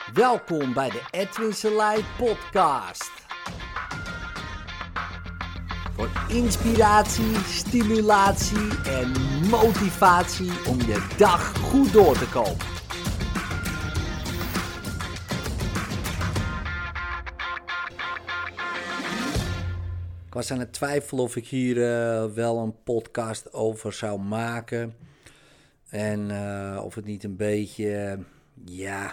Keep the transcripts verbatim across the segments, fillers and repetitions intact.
Welkom bij de Edwin Selei podcast. Voor inspiratie, stimulatie en motivatie om je dag goed door te komen. Ik was aan het twijfelen of ik hier uh, wel een podcast over zou maken. En uh, of het niet een beetje, uh, ja,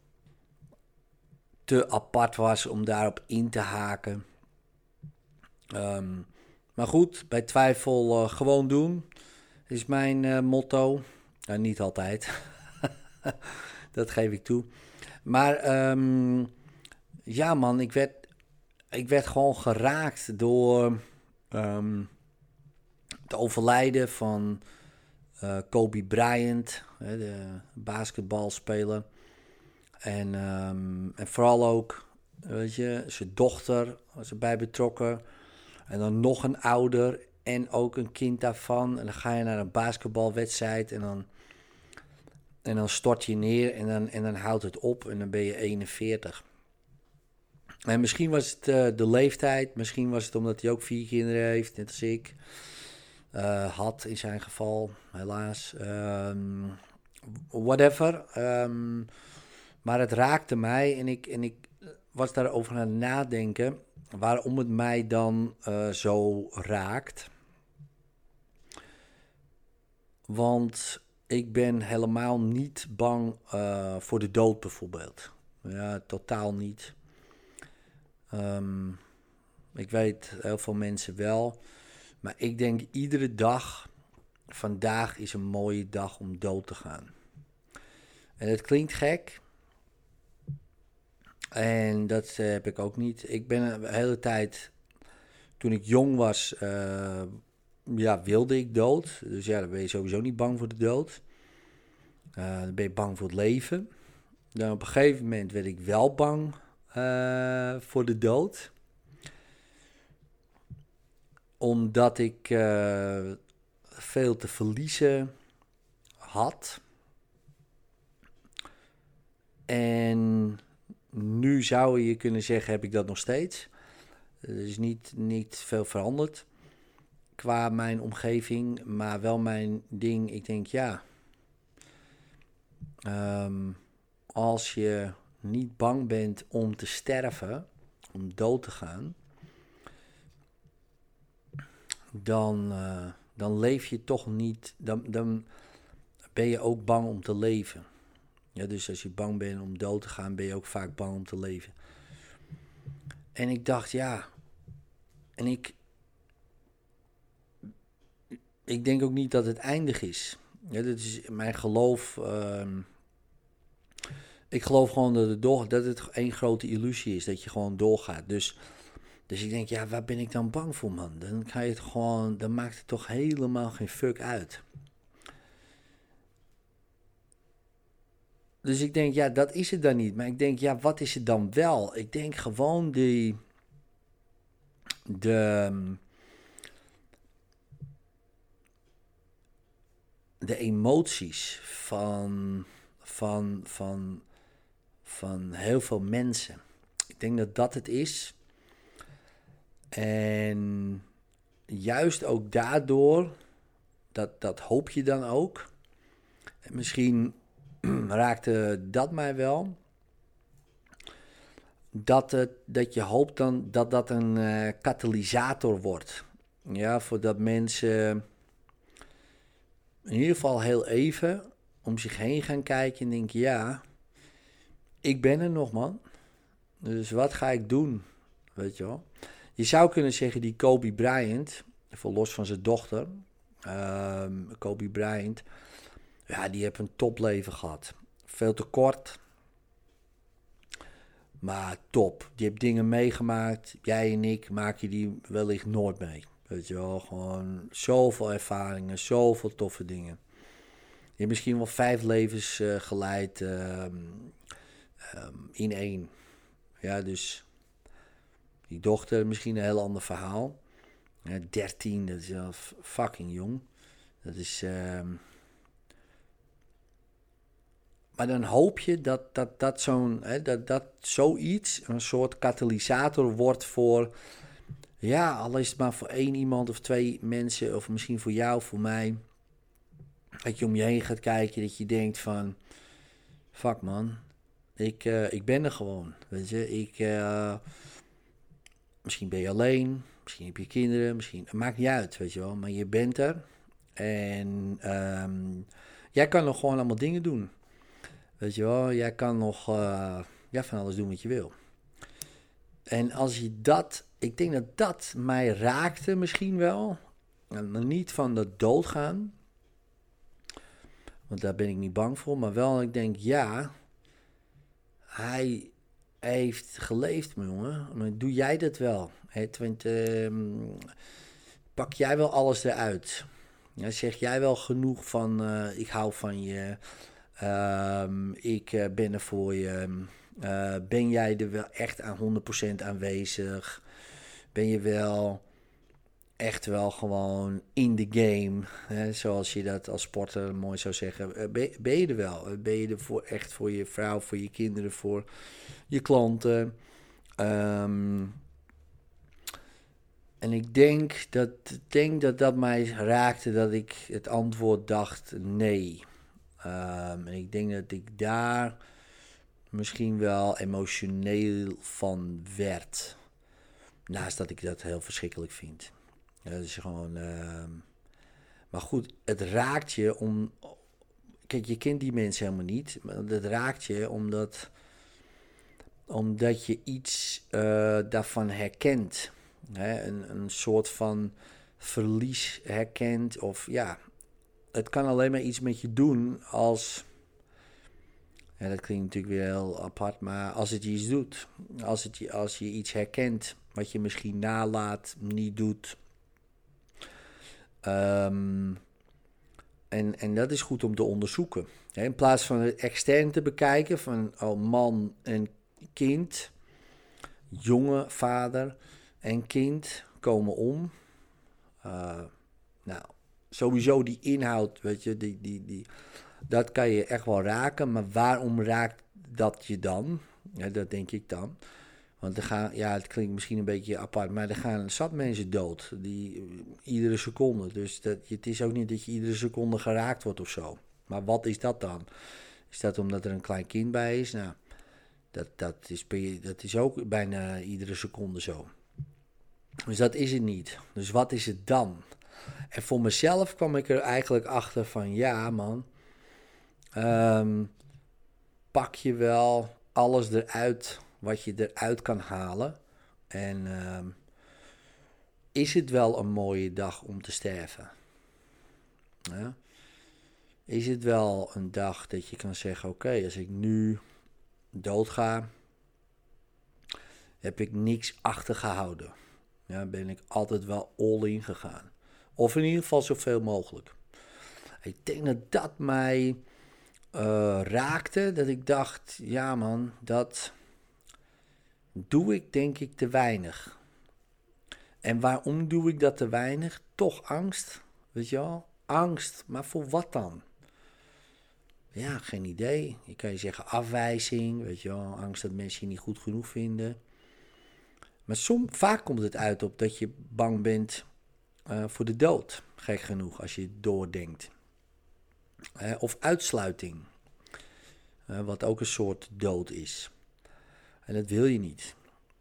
te apart was om daarop in te haken. Um, maar goed, bij twijfel uh, gewoon doen, is mijn uh, motto. Uh, niet altijd, dat geef ik toe. Maar um, ja man, ik werd, ik werd gewoon geraakt door um, het overlijden van uh, Kobe Bryant, de basketbalspeler. En, um, en vooral ook, weet je, zijn dochter was erbij betrokken. En dan nog een ouder en ook een kind daarvan. En dan ga je naar een basketbalwedstrijd en dan, en dan stort je neer en dan, en dan houdt het op en dan ben je eenenveertig. En misschien was het uh, de leeftijd, misschien was het omdat hij ook vier kinderen heeft, net als ik. Uh, had in zijn geval, helaas. Um, whatever. Um, maar het raakte mij en ik, en ik was daarover aan het nadenken waarom het mij dan uh, zo raakt. Want ik ben helemaal niet bang uh, voor de dood bijvoorbeeld. Ja, totaal niet. Um, ik weet heel veel mensen wel. Maar ik denk iedere dag, vandaag is een mooie dag om dood te gaan. En het klinkt gek. En dat uh, heb ik ook niet. Ik ben de hele tijd, toen ik jong was, uh, ja, wilde ik dood. Dus ja, dan ben je sowieso niet bang voor de dood. Uh, dan ben je bang voor het leven. Dan op een gegeven moment werd ik wel bang uh, voor de dood. Omdat ik uh, veel te verliezen had. En nu zou je kunnen zeggen, heb ik dat nog steeds. Er is niet, niet veel veranderd qua mijn omgeving, maar wel mijn ding. Ik denk, ja, um, als je niet bang bent om te sterven, om dood te gaan, dan, uh, dan leef je toch niet, dan, dan ben je ook bang om te leven. Ja, dus als je bang bent om dood te gaan, ben je ook vaak bang om te leven. En ik dacht, ja, en ik, ik denk ook niet dat het eindig is. Ja, dat is mijn geloof. Uh, ik geloof gewoon dat het, door, dat het één grote illusie is, dat je gewoon doorgaat. Dus, dus ik denk, ja, waar ben ik dan bang voor, man? Dan ga je het gewoon, dan maakt het toch helemaal geen fuck uit. Dus ik denk, ja, dat is het dan niet. Maar ik denk, ja, wat is het dan wel? Ik denk gewoon die, de, de emoties van, van, van, van heel veel mensen. Ik denk dat dat het is. En juist ook daardoor, dat, dat hoop je dan ook. En misschien raakte dat mij wel. Dat, het, dat je hoopt dan dat dat een uh, katalysator wordt. Ja, voordat mensen in ieder geval heel even om zich heen gaan kijken en denken, ja, ik ben er nog, man. Dus wat ga ik doen? Weet je wel. Je zou kunnen zeggen, die Kobe Bryant, even los van zijn dochter, uh, Kobe Bryant, ja, die heeft een topleven gehad. Veel te kort, maar top. Die heeft dingen meegemaakt. Jij en ik maak je die wellicht nooit mee. Weet je wel, gewoon zoveel ervaringen, zoveel toffe dingen. Je hebt misschien wel vijf levens uh, geleid uh, um, in één. Ja, dus die dochter, misschien een heel ander verhaal. Ja, dertien, dat is wel fucking jong. Dat is... Uh, maar dan hoop je dat, dat, dat, zo'n, hè, dat, dat zoiets een soort katalysator wordt voor... Ja, al is het maar voor één iemand of twee mensen... of misschien voor jou, voor mij... dat je om je heen gaat kijken, dat je denkt van... Fuck man, ik, uh, ik ben er gewoon, weet je. Ik, uh, misschien ben je alleen, misschien heb je kinderen, misschien... Het maakt niet uit, weet je wel, maar je bent er. En um, jij kan nog gewoon allemaal dingen doen. Weet je wel, jij kan nog uh, ja, van alles doen wat je wil. En als je dat... Ik denk dat dat mij raakte misschien wel. En niet van dat doodgaan... Want daar ben ik niet bang voor. Maar wel, ik denk, ja... Hij heeft geleefd, mijn jongen. Maar doe jij dat wel? He, want, uh, pak jij wel alles eruit? Ja, zeg jij wel genoeg van... Uh, ik hou van je. Uh, ik uh, ben er voor je. Uh, ben jij er wel echt aan honderd procent aanwezig? Ben je wel... echt wel gewoon in de game, hè, zoals je dat als sporter mooi zou zeggen. Ben, ben je er wel? Ben je er voor, echt voor je vrouw, voor je kinderen, voor je klanten? Um, en ik denk dat, denk dat dat mij raakte, dat ik het antwoord dacht nee. Um, en ik denk dat ik daar misschien wel emotioneel van werd. Naast dat ik dat heel verschrikkelijk vind. Ja, dat is gewoon... Uh, maar goed, het raakt je om... Kijk, je kent die mensen helemaal niet. Maar het raakt je omdat... Omdat je iets uh, daarvan herkent. Hè? Een, een soort van verlies herkent. Of ja, het kan alleen maar iets met je doen als... Ja, dat klinkt natuurlijk weer heel apart, maar als het je iets doet. Als, het, als je iets herkent wat je misschien nalaat, niet doet... Um, en, en dat is goed om te onderzoeken. He, in plaats van het extern te bekijken van oh, man en kind, jonge vader en kind komen om. Uh, nou, sowieso die inhoud, weet je, die, die, die, dat kan je echt wel raken. Maar waarom raakt dat je dan? Ja, dat denk ik dan. Want er gaan, ja, het klinkt misschien een beetje apart, maar er gaan zat mensen dood. Die, iedere seconde. Dus dat, het is ook niet dat je iedere seconde geraakt wordt of zo. Maar wat is dat dan? Is dat omdat er een klein kind bij is? Nou, dat, dat, is, dat is ook bijna iedere seconde zo. Dus dat is het niet. Dus wat is het dan? En voor mezelf kwam ik er eigenlijk achter van, ja man, um, pak je wel alles eruit wat je eruit kan halen. En uh, is het wel een mooie dag om te sterven? Ja? Is het wel een dag dat je kan zeggen, oké, okay, als ik nu doodga, heb ik niks achtergehouden. Ja, ben ik altijd wel all in gegaan. Of in ieder geval zoveel mogelijk. Ik denk dat dat mij uh, raakte, dat ik dacht, ja man, dat... doe ik denk ik te weinig. En waarom doe ik dat te weinig? Toch angst, weet je wel? Angst, maar voor wat dan? Ja, geen idee. Je kan je zeggen afwijzing, weet je wel? Angst dat mensen je niet goed genoeg vinden. Maar som, vaak komt het uit op dat je bang bent uh, voor de dood. Gek genoeg, als je doordenkt. Uh, of uitsluiting. Uh, wat ook een soort dood is. En dat wil je niet.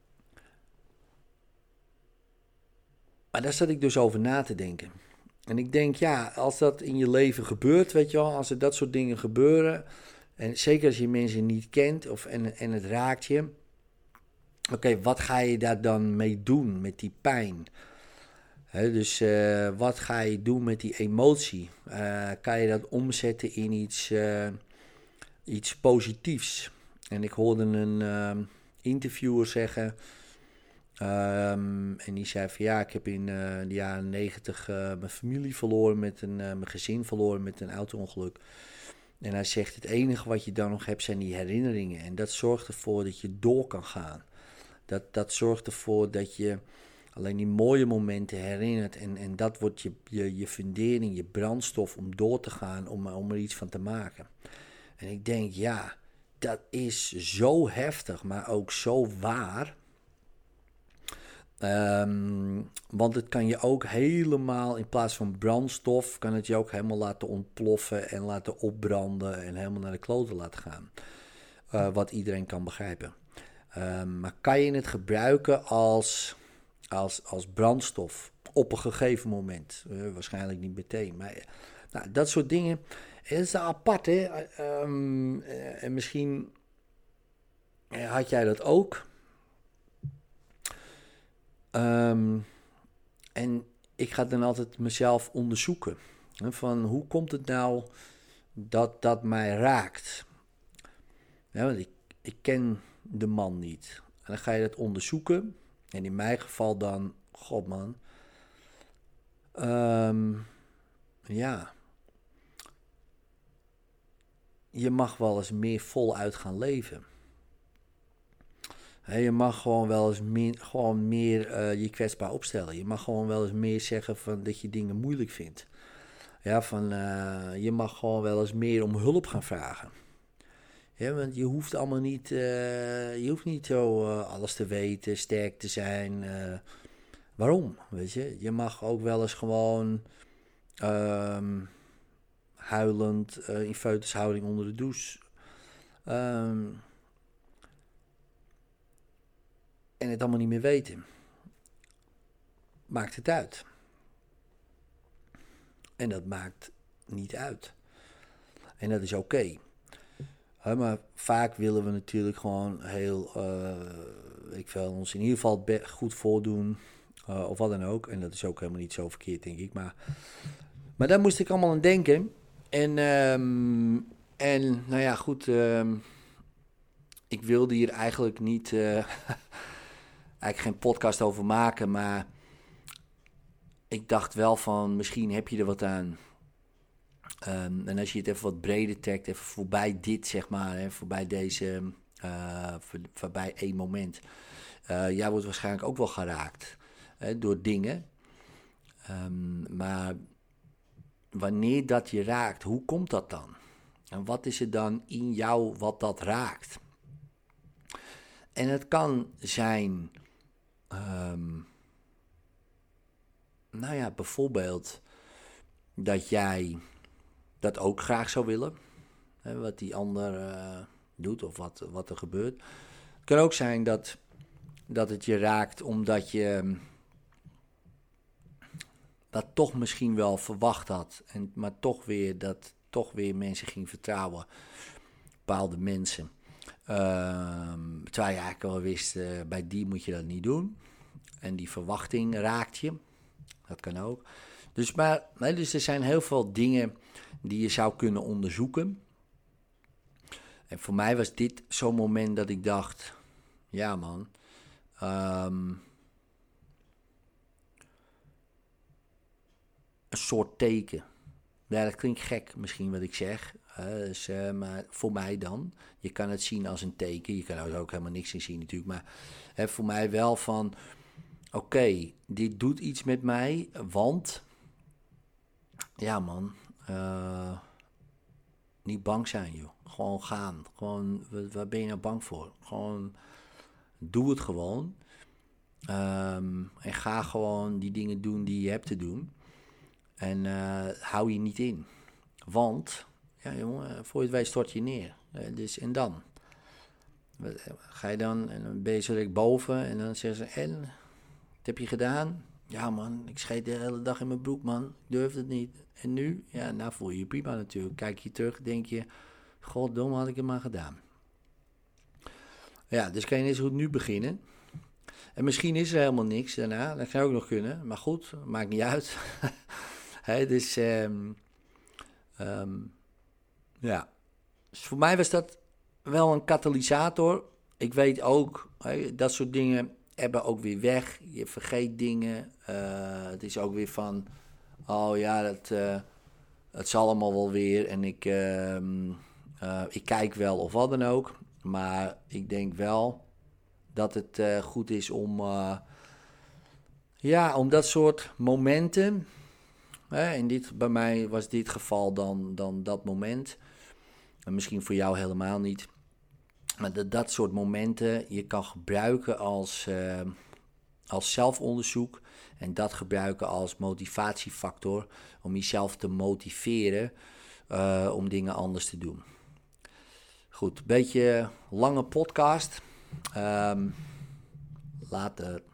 Maar daar zat ik dus over na te denken. En ik denk, ja, als dat in je leven gebeurt, weet je wel, als er dat soort dingen gebeuren, en zeker als je mensen niet kent of, en, en het raakt je, oké, okay, wat ga je daar dan mee doen met die pijn? He, dus uh, wat ga je doen met die emotie? Uh, kan je dat omzetten in iets, uh, iets positiefs? En ik hoorde een uh, interviewer zeggen... Um, en die zei van ja, ik heb in uh, de jaren negentig uh, mijn familie verloren, met een, uh, mijn gezin verloren met een auto-ongeluk. En hij zegt het enige wat je dan nog hebt zijn die herinneringen. En dat zorgt ervoor dat je door kan gaan. Dat, dat zorgt ervoor dat je alleen die mooie momenten herinnert. En, en dat wordt je, je, je fundering, je brandstof om door te gaan, om, om er iets van te maken. En ik denk, ja, dat is zo heftig, maar ook zo waar. Um, want het kan je ook helemaal, in plaats van brandstof, kan het je ook helemaal laten ontploffen en laten opbranden en helemaal naar de kloten laten gaan. Uh, wat iedereen kan begrijpen. Um, maar kan je het gebruiken als, als, als brandstof op een gegeven moment? Uh, waarschijnlijk niet meteen, maar nou, dat soort dingen. Het is apart, hè? Um, uh, en misschien had jij dat ook. Um, en ik ga dan altijd mezelf onderzoeken. Hè, van hoe komt het nou dat dat mij raakt? Ja, want ik, ik ken de man niet. En dan ga je dat onderzoeken. En in mijn geval dan, god man. Um, ja. Je mag wel eens meer voluit gaan leven. He, je mag gewoon wel eens meer, gewoon meer uh, je kwetsbaar opstellen. Je mag gewoon wel eens meer zeggen van dat je dingen moeilijk vindt. Ja, van, uh, je mag gewoon wel eens meer om hulp gaan vragen. Ja, want je hoeft allemaal niet, uh, je hoeft niet zo uh, alles te weten, sterk te zijn. Uh, waarom? Weet je, je mag ook wel eens gewoon um, huilend uh, in feutushouding onder de douche. Um, En het allemaal niet meer weten. Maakt het uit. En dat maakt niet uit. En dat is oké. Okay. Uh, maar vaak willen we natuurlijk gewoon heel... Uh, ik wil ons in ieder geval be- goed voordoen. Uh, of wat dan ook. En dat is ook helemaal niet zo verkeerd, denk ik. Maar, maar daar moest ik allemaal aan denken. En, um, en nou ja, goed. Um, ik wilde hier eigenlijk niet... Uh, eigenlijk geen podcast over maken, maar ik dacht wel van, misschien heb je er wat aan. Um, en als je het even wat breder trekt, even voorbij dit, zeg maar, hè, voorbij deze, uh, voor, voorbij één moment. Uh, jij wordt waarschijnlijk ook wel geraakt hè, door dingen. Um, maar wanneer dat je raakt, hoe komt dat dan? En wat is er dan in jou wat dat raakt? En het kan zijn... Um, nou ja, bijvoorbeeld dat jij dat ook graag zou willen. Hè, wat die ander uh, doet of wat, wat er gebeurt. Het kan ook zijn dat, dat het je raakt omdat je dat toch misschien wel verwacht had. En, maar toch weer dat toch weer mensen ging vertrouwen. Bepaalde mensen. Uh, terwijl je eigenlijk wel wist, uh, bij die moet je dat niet doen. En die verwachting raakt je. Dat kan ook. Dus, maar, nee, dus er zijn heel veel dingen die je zou kunnen onderzoeken. En voor mij was dit zo'n moment dat ik dacht... Ja man... Um, een soort teken. Ja, dat klinkt gek misschien wat ik zeg. Uh, dus, uh, maar voor mij dan. Je kan het zien als een teken. Je kan er ook helemaal niks in zien natuurlijk. Maar uh, voor mij wel van... Oké, okay, dit doet iets met mij. Want... Ja man. Uh, niet bang zijn joh. Gewoon gaan. Gewoon, waar ben je nou bang voor? Gewoon... Doe het gewoon. Um, en ga gewoon die dingen doen die je hebt te doen. En uh, hou je niet in. Want, ja jongen, voor je het weet stort je neer. Uh, dus, en dan? Ga je dan, en dan ben je zo direct boven en dan zeggen ze, en, wat heb je gedaan? Ja man, ik scheet de hele dag in mijn broek man, ik durf het niet. En nu? Ja, nou voel je je prima natuurlijk. Kijk je terug, denk je, goddom had ik het maar gedaan. Ja, dus kan je net zo goed nu beginnen. En misschien is er helemaal niks daarna, dat zou ook nog kunnen. Maar goed, maakt niet uit. He, dus, um, um, ja. Dus voor mij was dat wel een katalysator. Ik weet ook, he, dat soort dingen hebben ook weer weg. Je vergeet dingen. Uh, het is ook weer van, oh ja, dat, uh, het zal allemaal wel weer. En ik, uh, uh, ik kijk wel of wat dan ook. Maar ik denk wel dat het uh, goed is om, uh, ja, om dat soort momenten... Hè, in dit, bij mij was dit geval dan, dan dat moment. En misschien voor jou helemaal niet. Maar dat, dat soort momenten je kan gebruiken als, uh, als zelfonderzoek. En dat gebruiken als motivatiefactor om jezelf te motiveren uh, om dingen anders te doen. Goed, een beetje lange podcast. Um, later.